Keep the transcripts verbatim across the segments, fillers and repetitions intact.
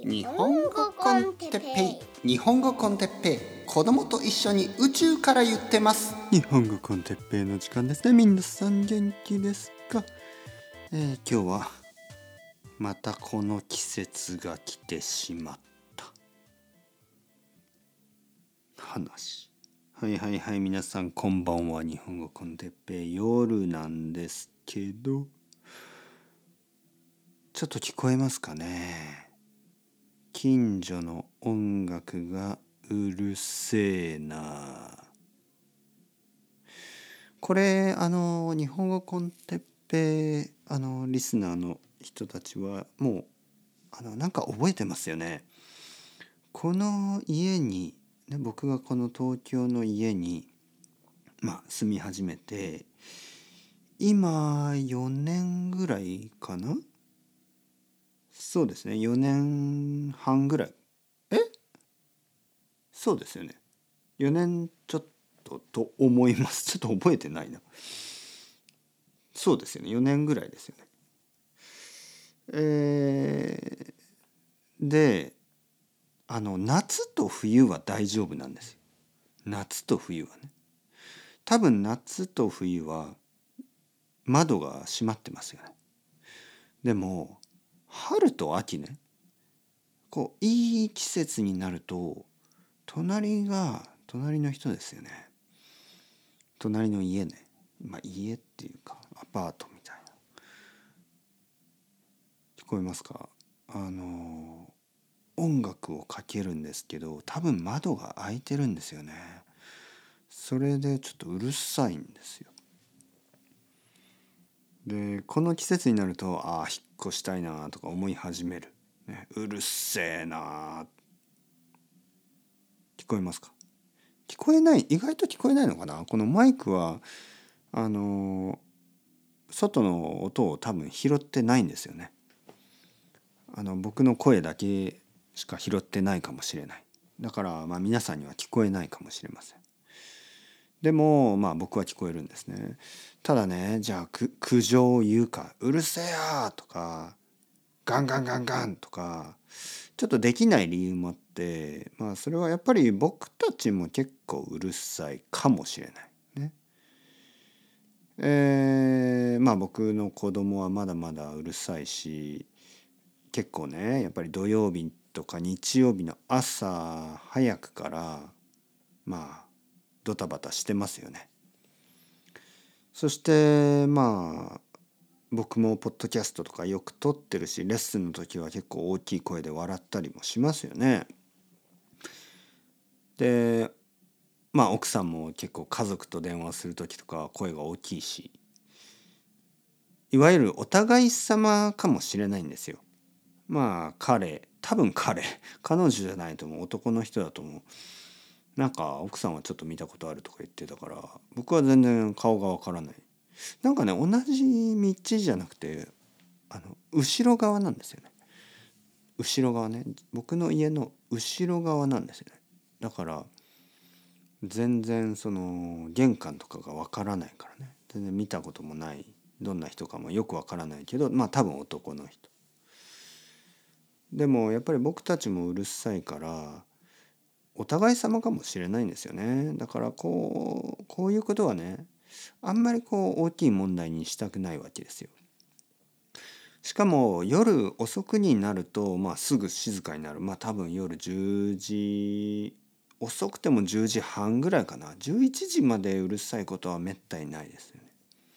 日本語コンテッペイ日本語コンテッペイ子供と一緒に宇宙から言ってます。 日本語コンテッペイの時間ですね。皆さん元気ですか？えー、今日はまたこの季節が来てしまった話。はいはいはい、皆さんこんばんは。日本語コンテッペイ夜なんですけど、ちょっと聞こえますかね？近所の音楽がうるせえな。これあの日本語コンテッペイあのリスナーの人たちはもうあのなんか覚えてますよね。この家に、ね、僕がこの東京の家に、まあ、住み始めて今よねんぐらいかな。そうですね、よねんはんぐらい。えそうですよね、よねんちょっとと思います。ちょっと覚えてないな。そうですよね、よねんぐらいですよね。えー、であの夏と冬は大丈夫なんですよ。夏と冬はね。多分夏と冬は窓が閉まってますよね。でも春と秋ね、こういい季節になると隣が隣の人ですよね。隣の家ね。まあ家っていうかアパートみたいな。聞こえますか？あの音楽をかけるんですけど、多分窓が開いてるんですよね。それでちょっとうるさいんですよ。でこの季節になると、ああ引っ越したいなとか思い始める、ね、うるせえな。聞こえますか？聞こえない、意外と聞こえないのかな。このマイクはあの外の音を多分拾ってないんですよね。あの僕の声だけしか拾ってないかもしれない。だからまあ皆さんには聞こえないかもしれません。でもまあ僕は聞こえるんですね。ただね、じゃあく苦情を言うか、うるせえやとかガンガンガンガンとかちょっとできない理由もあって、まあそれはやっぱり僕たちも結構うるさいかもしれないね。えー、まあ僕の子供はまだまだうるさいし、結構ねやっぱり土曜日とか日曜日の朝早くからまあドタバタしてますよね。そしてまあ僕もポッドキャストとかよく撮ってるし、レッスンの時は結構大きい声で笑ったりもしますよね。でまあ奥さんも結構家族と電話する時とか声が大きいし、いわゆるお互い様かもしれないんですよ。まあ彼多分彼彼女じゃないと思う、男の人だと思う。なんか奥さんはちょっと見たことあるとか言ってたから、僕は全然顔がわからない。なんかね同じ道じゃなくてあの後ろ側なんですよね。後ろ側ね、僕の家の後ろ側なんですよね。だから全然その玄関とかがわからないからね、全然見たこともない、どんな人かもよくわからないけど、まあ多分男の人でもやっぱり僕たちもうるさいからお互い様かもしれないんですよね。だからこうこういうことはね、あんまりこう大きい問題にしたくないわけですよ。しかも夜遅くになると、まあ、すぐ静かになる。まあ多分夜じゅうじ、遅くてもじゅうじはんぐらいかな。じゅういちじまでうるさいことはめったにないですよね。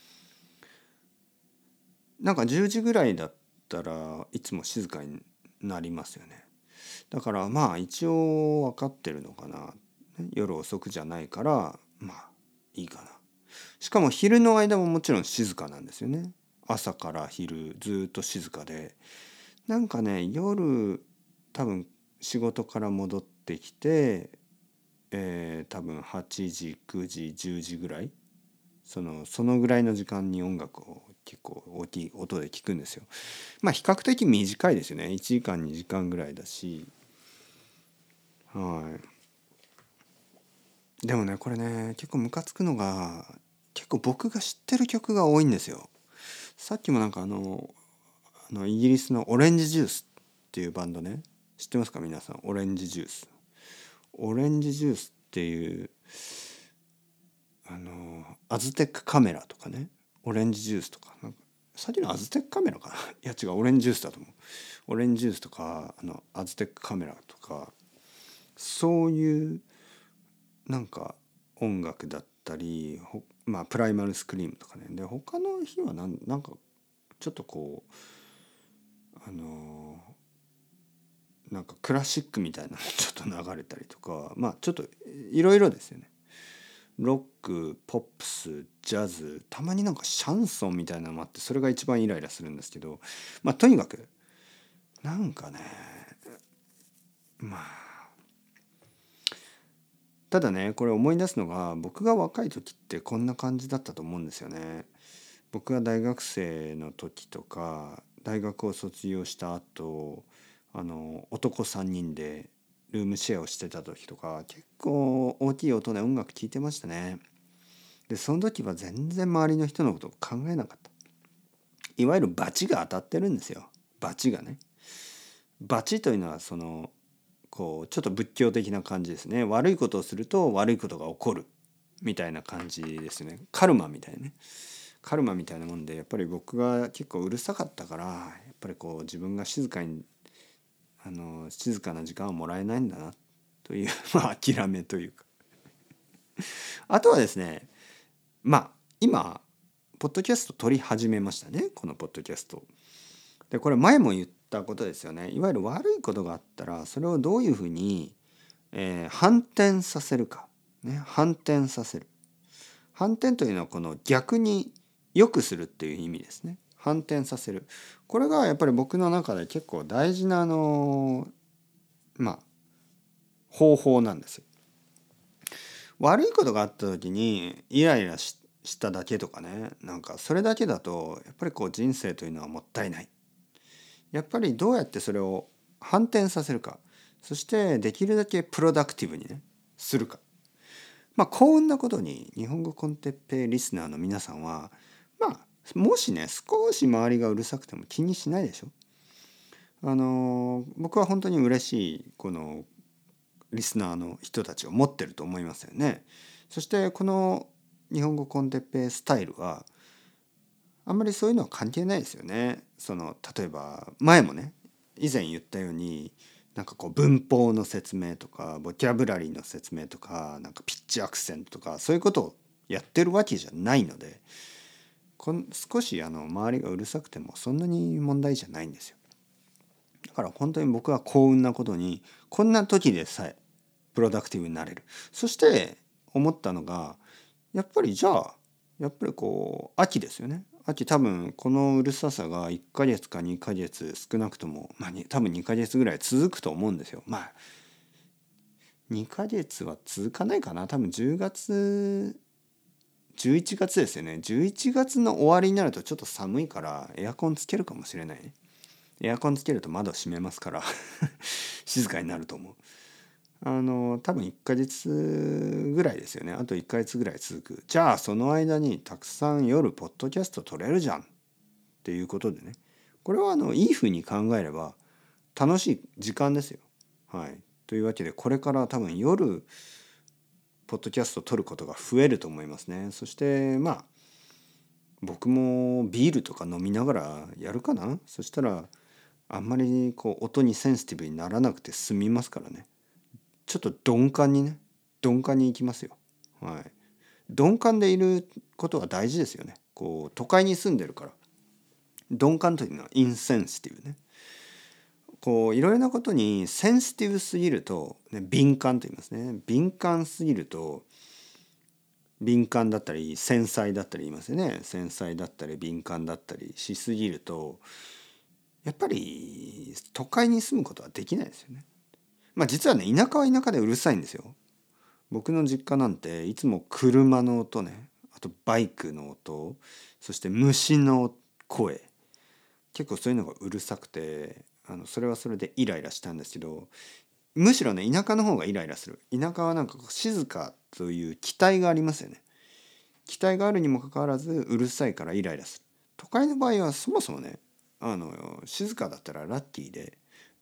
なんかじゅうじぐらいだったらいつも静かになりますよね。だからまあ一応分かってるのかな。夜遅くじゃないからまあいいかな。しかも昼の間ももちろん静かなんですよね。朝から昼ずっと静かで、なんかね夜多分仕事から戻ってきて、えー、多分はちじくじじゅうじぐらい、そのそのぐらいの時間に音楽を結構大きい音で聞くんですよ。まあ比較的短いですよね。いちじかんにじかんぐらいだし、はい。でもねこれね結構ムカつくのが、結構僕が知ってる曲が多いんですよ。さっきもなんかあのあのイギリスのオレンジジュースっていうバンドね、 知ってますか皆さん。オレンジジュースオレンジジュースっていうあのアズテックカメラとかね、オレンジジュースとか、なんかさっきのアズテックカメラかな、いや違う、オレンジジュースだと思う。オレンジジュースとかあのアズテックカメラとか、そういうなんか音楽だったり、まあプライマルスクリームとかね。で他の日はなんなんかちょっとこうあのなんかクラシックみたいなのちょっと流れたりとか、まあちょっといろいろですよね。ロック、ポップス、ジャズ、たまになんかシャンソンみたいなのもあって、それが一番イライラするんですけど、まあとにかくなんかね、まあただね、これ思い出すのが、僕が若い時ってこんな感じだったと思うんですよね。僕が大学生の時とか、大学を卒業した後、あの男さんにんでルームシェアをしてた時とか、結構大きい音で音楽聴いてましたね。でその時は全然周りの人のことを考えなかった。いわゆるバチが当たってるんですよ。バチがね。バチというのはそのこうちょっと仏教的な感じですね。悪いことをすると悪いことが起こるみたいな感じですね。カルマみたいなね。カルマみたいなもんで、やっぱり僕が結構うるさかったから、やっぱりこう自分が静かにあの静かな時間をもらえないんだなというまあ諦めというか。あとはですね、まあ今ポッドキャスト撮り始めましたね、このポッドキャストで。これ前も言ったことですよね。いわゆる悪いことがあったら、それをどういうふうに、えー反転させるか、ね、反転させる。反転というのはこの逆に良くするっていう意味ですね。反転させる。これがやっぱり僕の中で結構大事なあのまあ方法なんですよ。悪いことがあった時にイライラししただけとかね、なんかそれだけだとやっぱりこう人生というのはもったいない。やっぱりどうやってそれを反転させるか、そしてできるだけプロダクティブにねするか。まあ幸運なことに日本語コンテッペイリスナーの皆さんは、まあもしね少し周りがうるさくても気にしないでしょ。あの僕は本当に嬉しいこのリスナーの人たちを持ってると思いますよね。そしてこの日本語コンテッペイスタイルはあんまりそういうのは関係ないですよね。その例えば前もね以前言ったように、なんかこう文法の説明とかボキャブラリーの説明とか、なんかピッチアクセントとかそういうことをやってるわけじゃないので、こん少しあの周りがうるさくてもそんなに問題じゃないんですよ。だから本当に僕は幸運なことに、こんな時でさえプロダクティブになれる。そして思ったのが、やっぱりじゃあやっぱりこう秋ですよね。秋多分このうるささがいっかげつかにかげつ少なくとも、まあ、多分にかげつぐらい続くと思うんですよ。まあにかげつは続かないかな。多分じゅうがつじゅういちがつですよね。じゅういちがつの終わりになるとちょっと寒いからエアコンつけるかもしれないね。エアコンつけると窓閉めますから静かになると思う。あの多分いっかげつぐらいですよね。あといっかげつぐらい続く。じゃあその間にたくさん夜ポッドキャスト撮れるじゃんっていうことでね、これはあのいいふうに考えれば楽しい時間ですよ。はい。というわけでこれから多分夜ポッドキャスト撮ることが増えると思いますね。そしてまあ僕もビールとか飲みながらやるかな。そしたらあんまりこう音にセンシティブにならなくて済みますからね。ちょっと鈍感にね、鈍感に行きますよ。はい。鈍感でいることは大事ですよね。こう都会に住んでるから。鈍感というのはインセンシティブね。こういろいろなことにセンシティブすぎると、ね、敏感と言いますね。敏感すぎると敏感だったり繊細だったり言いますよね。繊細だったり敏感だったりしすぎると、やっぱり都会に住むことはできないですよね。まあ実はね、田舎は田舎でうるさいんですよ。僕の実家なんていつも車の音ね、あとバイクの音、そして虫の声、結構そういうのがうるさくて、あのそれはそれでイライラしたんですけど、むしろね田舎の方がイライラする。田舎はなんか静かという期待がありますよね。期待があるにもかかわらずうるさいからイライラする。都会の場合はそもそもね、あの静かだったらラッキーで、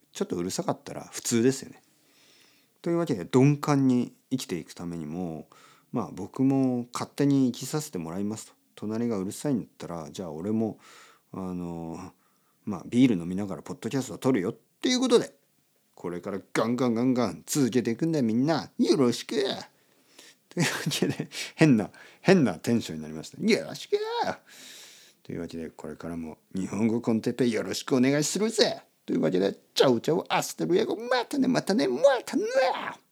ちょっとうるさかったら普通ですよね。というわけで鈍感に生きていくためにもまあ僕も勝手に生きさせてもらいますと。隣がうるさいんだったらじゃあ俺もあのまあビール飲みながらポッドキャストを撮るよっていうことでこれからガンガンガンガン続けていくんだよみんなよろしくというわけで変な変なテンションになりました。よろしくというわけでこれからも日本語コンテッペイよろしくお願いするぜというわけでチャウチャウアステルエゴまたねまたねまたね